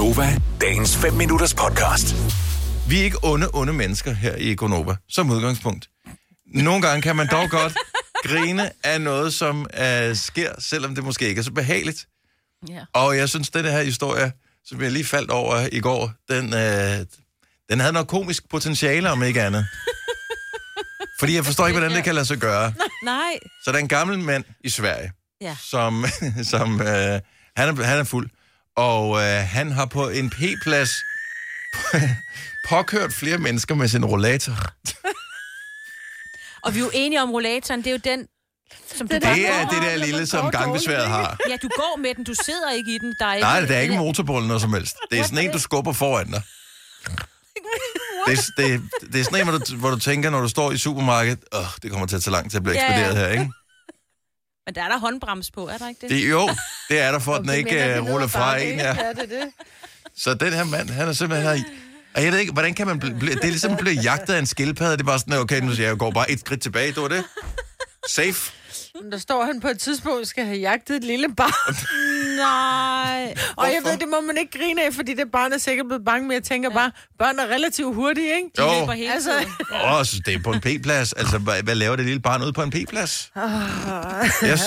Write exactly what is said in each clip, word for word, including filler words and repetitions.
Gonova, dagens fem minutters podcast. Vi er ikke onde, onde mennesker her i Gonova, som udgangspunkt. Nogle gange kan man dog godt grine af noget, som uh, sker, selvom det måske ikke er så behageligt. Yeah. Og jeg synes, den her historie, som jeg lige faldt over i går, den, uh, den havde noget komisk potentiale, om ikke andet. Fordi jeg forstår ikke, hvordan det kan lade sig gøre. Nej. Så der er en gammel mand i Sverige, ja. som, som uh, han, er, han er fuld, og uh, han har på en P-plads påkørt flere mennesker med sin rollator. Og vi er jo enige om rollatoren, det er jo den, som du det bare er går. det der lille, som gangbesværet har. Ja, du går med den, du sidder ikke i den. Der er ikke Nej, det er ikke motorbold eller noget som helst. Det er sådan en, du skubber foran dig. Det er, det, det er sådan en, hvor du, hvor du tænker, når du står i supermarkedet, åh, oh, det kommer til at tage lang tid at blive Ja, ekspederet ja. her, ikke? Men der er der håndbrems på, er der ikke det? det jo, det er der, for at den ikke uh, ruller fra bakke, en. Ja. Ja, det er det. Så den her mand, han er simpelthen her... Og jeg ved ikke, hvordan kan man blive... Det er ligesom at blive jagtet af en skildpadde. Det er bare sådan, okay, nu siger jeg, jeg går bare et skridt tilbage. Det var det. Safe. Der står han på et tidspunkt, skal have jagtet et lille barn. Nej. Og jeg ved, det må man ikke grine af, fordi det barn er sikkert blevet bange, men jeg tænker ja. bare, børn er relativt hurtige, ikke? Jo. De løber hele Altså... tiden. Åh, så det er på en P-plads. Altså, hvad, hvad laver det lille barn ude på en P-plads? Yes.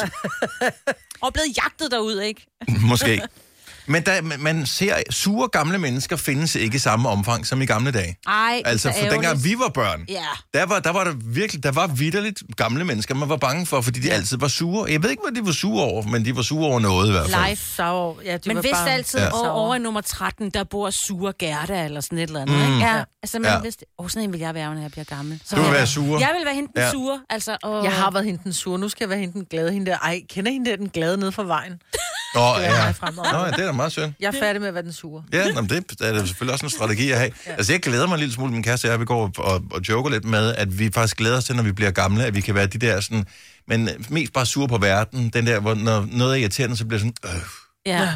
Og blevet jagtet derud, ikke? Måske. Men da, man ser, sure gamle mennesker findes ikke i samme omfang som i gamle dage. Ej, altså, for dengang vi var børn, ja. der var der var der virkelig, der var vitterligt gamle mennesker, man var bange for, fordi de ja. altid var sure. Jeg ved ikke, hvad de var sure over, men de var sure over noget i hvert fald. Life. Sauer. Ja, Men vidste bare... altid, Ja. ja. over, over i nummer tretten, der bor sure Gerda, eller sådan et eller andet, Mm. ikke? Ja. Altså, man Ja. ja. vidste, åh, sådan en vil jeg være, når jeg bliver gammel. Så Du vil jeg, være sure. Jeg vil være hende den Ja. sure, altså. Åh. Jeg har været hende den sure, nu skal jeg være hende den glade. Hende der. Ej, kender hende der den glade nede fra vejen? Nå, Det er ja. mig fremover. Nå, ja, det er da meget synd. Jeg er færdig med at være den sure. Ja, nå, men det er da selvfølgelig også en strategi at have. Ja. Altså, jeg glæder mig en lille smule, min kæreste og jeg, vi går og, og joker lidt med, at vi faktisk glæder os til, når vi bliver gamle, at vi kan være de der sådan, men mest bare sure på verden. Den der, hvor når noget er irriterende, så bliver det sådan, øh. Ja.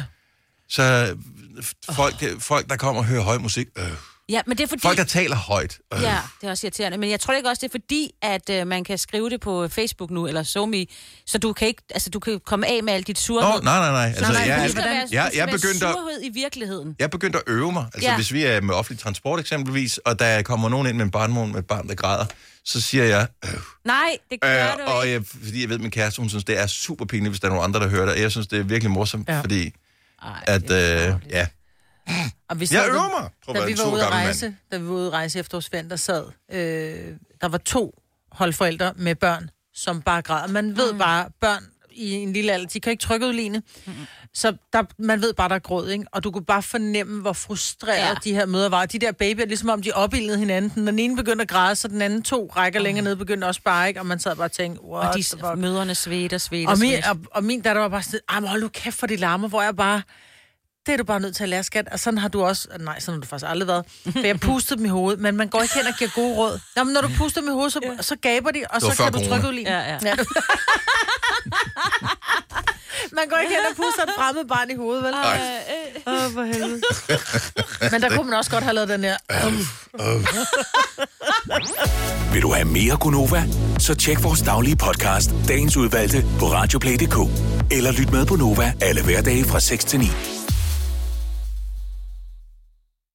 Så folk, folk, der kommer og hører høj musik, øh. Ja, men det er fordi... Folk, der taler højt, øh. Ja, det er også irriterende. Men jeg tror ikke også, det er fordi, at øh, man kan skrive det på Facebook nu, eller SoMe, så du kan ikke, altså du kan komme af med alt dit surhed. Nå, nej, nej, nej. Altså, nej, nej, jeg, du skal være, jeg, du skal jeg, jeg være begyndte at... surhed i virkeligheden. Jeg begyndte at øve mig. Altså, ja. Ja. Hvis vi er med offentlig transport eksempelvis, og der kommer nogen ind med en barnvogn med et barn, der græder, så siger jeg... Øh, Nej, det gør øh, du og ikke. jeg, fordi jeg ved, at min kæreste, hun synes, det er super pinligt, hvis der er nogen andre, der hører det. Og jeg synes, det er virkelig morsomt, Ja. fordi... Ej, At, øh, ja. Og vi Jeg sad- øver mig på at Da være vi en var sur ude at gammel rejse, mand. da vi var ude at rejse efterårsferien, der sad, øh, der var to holdforældre med børn, som bare græd. Man ved mm. bare, børn i en lille alder, de kan ikke trykke ud line. Mm. Så der, man ved bare, der er gråd, ikke? Og du kunne bare fornemme, hvor frustreret ja. de her mødre var. De der babyer, ligesom om de opildede hinanden. Den ene begyndte at græde, så den anden to rækker mm. længere ned, begyndte også bare, ikke? Og man sad bare og tænkte, what Og de the fuck? møderne svedte og svedte Og min, svedte. og, og min datter var bare sådan, ej, men hold nu kæft for de larmer, hvor jeg bare, det er du bare nødt til at lære, skat. Og sådan har du også, nej, sådan har du faktisk aldrig været. For jeg pustede dem i hovedet, men man går ikke hen og giver gode råd. Nå, men når du puster dem i hovedet, så, ja. så gaber de, og Det var så før kan du corona. trykke ud lige. Ja, ja. Ja. Man går ikke hen og puster et fremmed barn i hovedet, vel? Ej, Åh, oh, for helvede. Men der kunne man også godt have lavet den her. Vil du have mere Gonova? Så tjek vores daglige podcast, dagens udvalgte, på radioplay punktum d k. Eller lyt med på Nova alle hverdage fra seks til ni.